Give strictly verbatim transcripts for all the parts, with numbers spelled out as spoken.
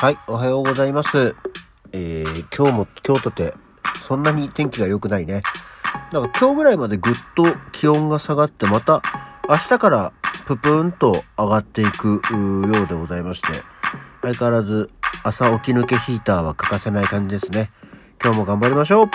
はい、おはようございます。えー、今日も今日とてそんなに天気が良くないね。なんか今日ぐらいまでぐっと気温が下がってまた明日からププーンと上がっていくようでございまして、相変わらず朝起き抜けヒーターは欠かせない感じですね。今日も頑張りましょう。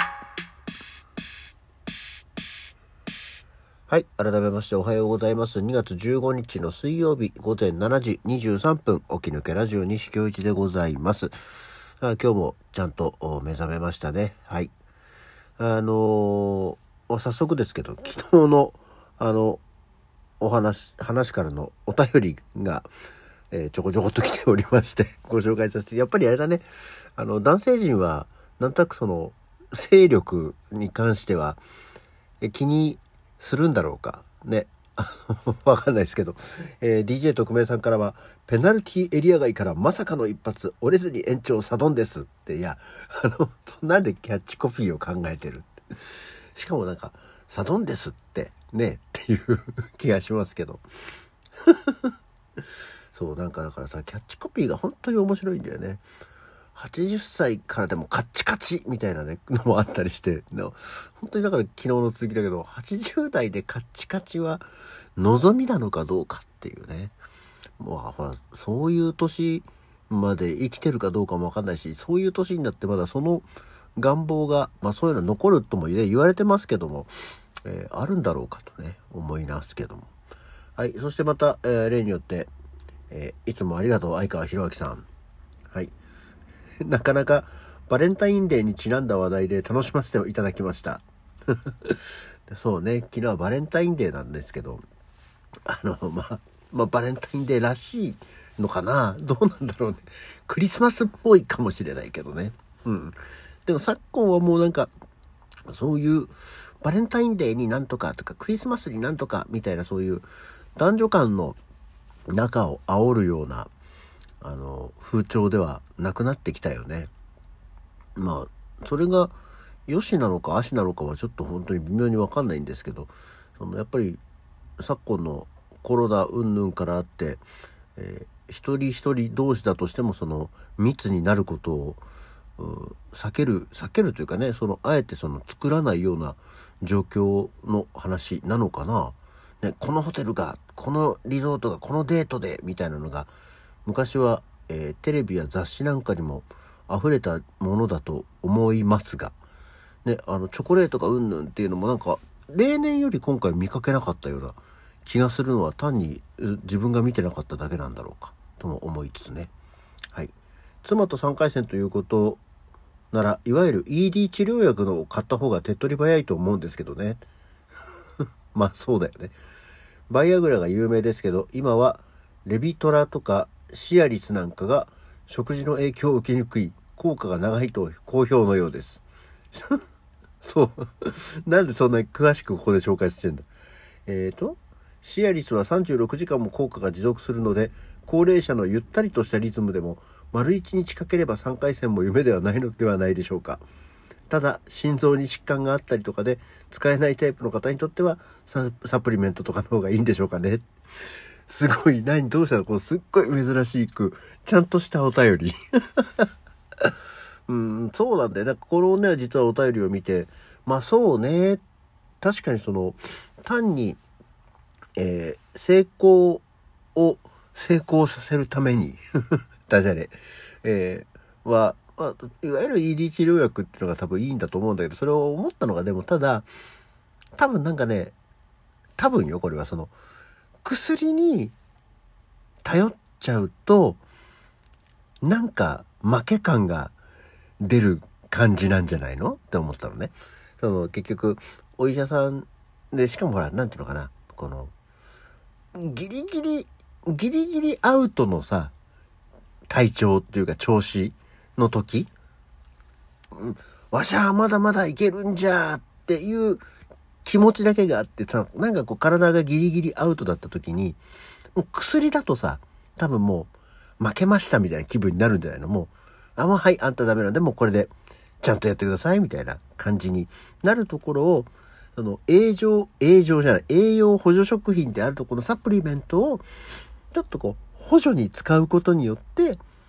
はい、改めましておはようございます。にがつじゅうごにちの水曜日午前しちじにじゅうさんぷん、起き抜けラジオ西京一でございます。あ今日もちゃんと目覚めましたね。はい。あのー、早速ですけど、昨日のあのお話話からのお便りが、えー、ちょこちょこっと来ておりましてご紹介させて、やっぱりあれだね、あの男性陣はなんとなくその勢力に関してはえ気にするんだろうかね。わかんないですけど、えー、ディージェー 特命さんからはペナルティエリア外からまさかの一発折れずに延長サドンですって。いやあのなんでキャッチコピーを考えてる、しかもなんかサドンですってねっていう気がしますけどそうなんかだからさ、キャッチコピーが本当に面白いんだよね。はちじゅっさいからでもカッチカチみたいなねのもあったりして、本当にだから昨日の続きだけど、はちじゅうだいでカッチカチは望みなのかどうかっていうね。もうほらそういう年まで生きてるかどうかもわかんないし、そういう年になってまだその願望が、まあそういうの残るとも、ね、言われてますけども、えー、あるんだろうかとね思いますけども。はい、そしてまた、えー、例によって、えー、いつもありがとう相川博明さん。はいなかなかバレンタインデーにちなんだ話題で楽しませていただきましたそうね、昨日はバレンタインデーなんですけど、あのまあまあバレンタインデーらしいのかな、どうなんだろうね。クリスマスっぽいかもしれないけどね。うんでも昨今はもうなんかそういうバレンタインデーになんとかとかクリスマスになんとかみたいな、そういう男女間の仲を煽るようなあの風潮ではなくなってきたよね。まあそれが良しなのか悪しなのかはちょっと本当に微妙に分かんないんですけど、そのやっぱり昨今のコロナ云々からあって、えー、一人一人同士だとしてもその密になることを避ける避けるというかね、そのあえてその作らないような状況の話なのかな、ね、このホテルがこのリゾートがこのデートでみたいなのが昔は、えー、テレビや雑誌なんかにも溢れたものだと思いますが、ね、あのチョコレートがうんぬんっていうのもなんか例年より今回見かけなかったような気がするのは、単に自分が見てなかっただけなんだろうかとも思いつつね。はい、妻とさんかいせんということなら、いわゆる イーディー 治療薬のを買った方が手っ取り早いと思うんですけどねまあそうだよね。バイアグラが有名ですけど、今はレビトラとかシアリスなんかが食事の影響を受けにくい、効果が長いと好評のようですそうなんでそんなに詳しくここで紹介してんだ。えーとシアリスはさんじゅうろくじかんも効果が持続するので、高齢者のゆったりとしたリズムでも丸いちにちかければさんかいせんも夢ではないのではないでしょうか。ただ心臓に疾患があったりとかで使えないタイプの方にとっては サ, サプリメントとかの方がいいんでしょうかね。すごい、何どうしたの、こうすっごい珍しくちゃんとしたお便りうんそうなんだよ。なんかこのね実はお便りを見て、まあそうね、確かにその単に、えー、成功を成功させるためにダジャレ、えー、は、まあ、いわゆる イーディー 治療薬っていうのが多分いいんだと思うんだけど、それを思ったのが、でもただ多分なんかね、多分よこれはその薬に頼っちゃうとなんか負け感が出る感じなんじゃないのって思ったのね。その結局お医者さんで、しかもほらなんていうのかな、このギリギリギリギリアウトのさ体調っていうか調子の時、うん、わしゃまだまだいけるんじゃっていう気持ちだけがあってさ、なんかこう体がギリギリアウトだった時に、もう薬だとさ多分もう負けましたみたいな気分になるんじゃないの。もうあもうはいあんたダメなんでもうこれでちゃんとやってくださいみたいな感じになるところを、その栄養栄養じゃない栄養補助食品であるとこのサプリメントをちょっとこう補助に使うことによって、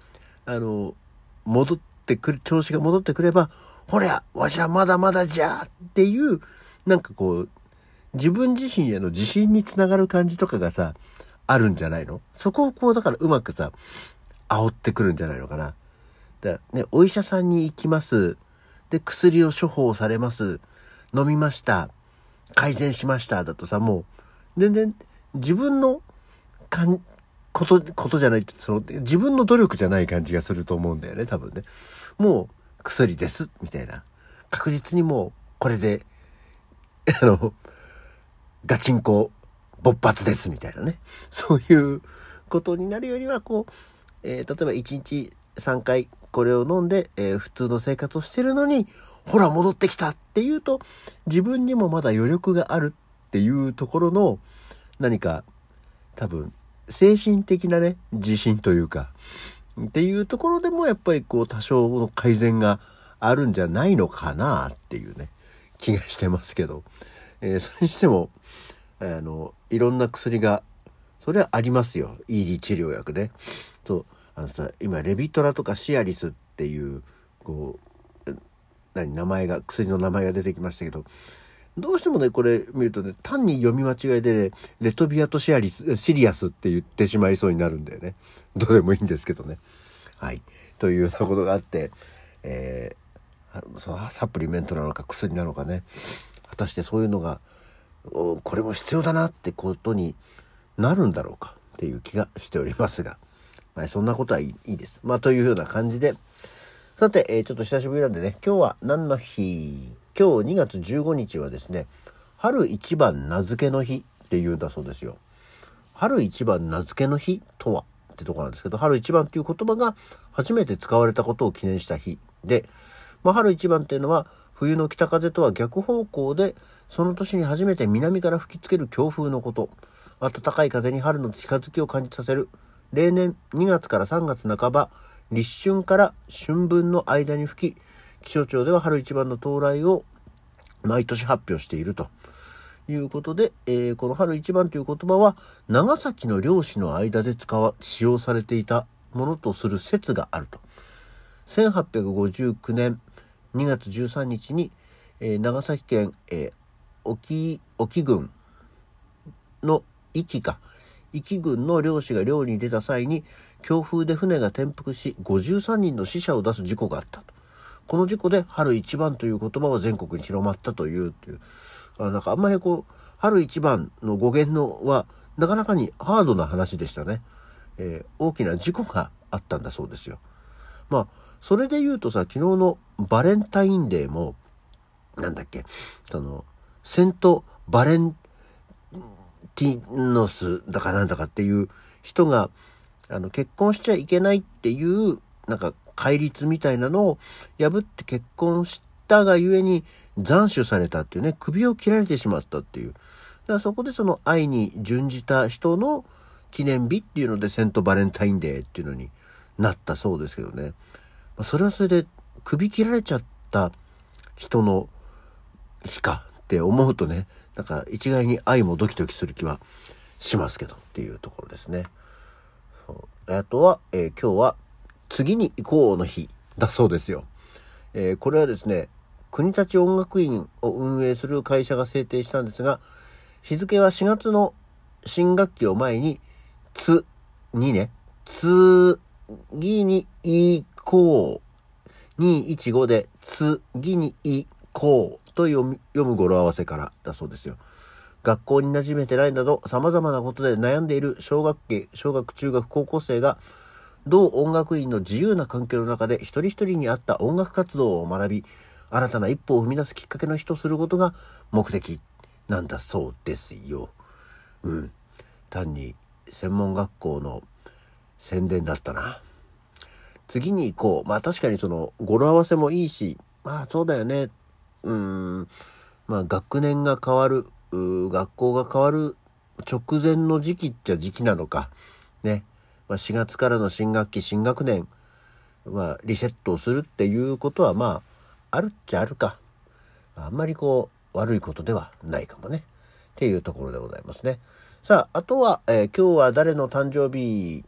あの、戻ってくる、調子が戻ってくれば、ほら、わしはまだまだじゃっていう、なんかこう、自分自身への自信につながる感じとかがさ、あるんじゃないの？そこをこう、だからうまくさ、煽ってくるんじゃないのかな。だね、お医者さんに行きます。で、薬を処方されます。飲みました。改善しました。だとさ、もう、全然自分のかん、こと、ことじゃない、その、自分の努力じゃない感じがすると思うんだよね、多分ね。もう、薬です。みたいな。確実にもう、これで、あの、ガチンコ、勃発です。みたいなね。そういうことになるよりは、こう、えー、例えばいちにちさんかいこれを飲んで、えー、普通の生活をしてるのに、ほら戻ってきたっていうと、自分にもまだ余力があるっていうところの、何か多分精神的なね、自信というか、っていうところでもやっぱりこう多少の改善があるんじゃないのかなっていうね、気がしてますけど、えー、それにしても、あの、いろんな薬が、それはありますよ。イーディー 治療薬ね。そう、あのさ、今、レビトラとかシアリスっていう、こう、何、名前が、薬の名前が出てきましたけど、どうしてもね、これ見るとね、単に読み間違いで、ね、レトビアとシアリス、シリアスって言ってしまいそうになるんだよね。どうでもいいんですけどね。はい。というようなことがあって、えー、そのサプリメントなのか薬なのかね、果たしてそういうのが、これも必要だなってことになるんだろうかっていう気がしておりますが、まあ、そんなことはいい、いいです。まあというような感じで、さて、えー、ちょっと久しぶりなんでね、今日は何の日？今日にがつじゅうごにちはですね、春一番名付けの日っていうんだそうですよ。春一番名付けの日とはってとこなんですけど、春一番っていう言葉が初めて使われたことを記念した日で、まあ、春一番っていうのは冬の北風とは逆方向で、その年に初めて南から吹きつける強風のこと。暖かい風に春の近づきを感じさせる。例年にがつからさんがつなかば、立春から春分の間に吹き、気象庁では春一番の到来を毎年発表しているということで、えー、この春一番という言葉は長崎の漁師の間で使わ使用されていたものとする説があると。せんはっぴゃくごじゅうきゅうねんにがつじゅうさんにちに、えー、長崎県、えー、沖沖郡の壱岐か壱岐郡の漁師が漁に出た際に強風で船が転覆しごじゅうさんにんの死者を出す事故があったと。この事故で春一番という言葉は全国に広まったというというあなんかあんまりこう春一番の語源のはなかなかにハードな話でしたね。えー、大きな事故があったんだそうですよ。まあそれで言うとさ、昨日のバレンタインデーもなんだっけ、そのセントバレンティノスだかなんだかっていう人があの結婚しちゃいけないっていうなんか戒律みたいなのを破って結婚したがゆえに斬首されたっていうね、首を切られてしまったっていう。だからそこでその愛に準じた人の記念日っていうのでセントバレンタインデーっていうのになったそうですけどね。それはそれで首切られちゃった人の日かって思うとね、なんか一概に愛もドキドキする気はしますけどっていうところですね。そうあとは、えー、今日は次に行こうの日だそうですよ。えー、これはですね、国立音楽院を運営する会社が制定したんですが、日付はしがつの新学期を前につにね、次に行こうにひゃくじゅうごで次に行こうと読む、読む語呂合わせからだそうですよ。学校に馴染めてないなど様々なことで悩んでいる小学生、小学中学高校生が同音楽院の自由な環境の中で一人一人に合った音楽活動を学び、新たな一歩を踏み出すきっかけの日とすることが目的なんだそうですよ。うん。単に専門学校の宣伝だったな。次に行こう。まあ確かにその語呂合わせもいいし、まあそうだよね。うーん。まあ学年が変わる、学校が変わる直前の時期っちゃ時期なのか。ね。まあしがつからの新学期、新学年、まあリセットをするっていうことはまああるっちゃあるか。あんまりこう悪いことではないかもね。っていうところでございますね。さあ、あとは、えー、今日は誰の誕生日？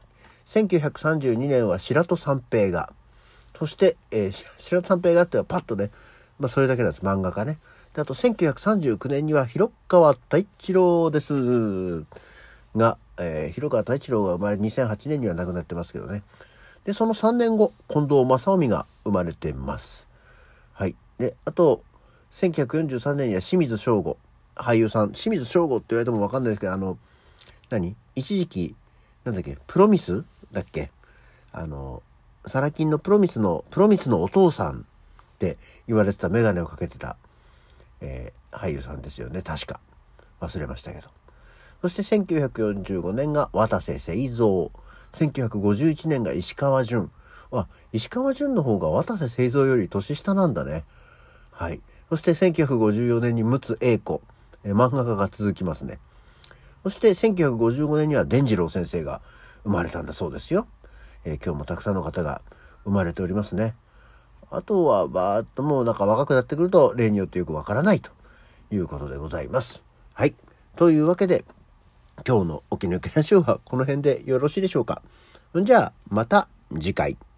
せんきゅうひゃくさんじゅうにねんは白戸三平が、そして、えー、白戸三平がってはパッとね、まあそれだけなんです、漫画家ね。であとせんきゅうひゃくさんじゅうきゅうねんには広川太一郎ですが、えー、広川太一郎が生まれにせんはちねんには亡くなってますけどね。でそのさんねんご、近藤正臣が生まれてます。はい。であとせんきゅうひゃくよんじゅうさんねんには清水翔吾、俳優さん。清水翔吾って言われても分かんないですけど、あの何一時期なんだっけ、プロミスだっけ、あのサラ金のプロミスのプロミスのお父さんって言われてた、眼鏡をかけてた、えー、俳優さんですよね、確か。忘れましたけど。そしてせんきゅうひゃくよんじゅうごねんが渡瀬製三、せんきゅうひゃくごじゅういちねんが石川淳。あ、石川淳の方が渡瀬製三より年下なんだね。はい。そしてせんきゅうひゃくごじゅうよねんに陸奥英子、えー、漫画家が続きますね。そしてせんきゅうひゃくごじゅうごねんには伝次郎先生が生まれたんだそうですよ。えー、今日もたくさんの方が生まれておりますね。あとはバーッともうなんか若くなってくると例によってよくわからないということでございます。はい。というわけで今日の起き抜けラジオはこの辺でよろしいでしょうか。じゃあまた次回。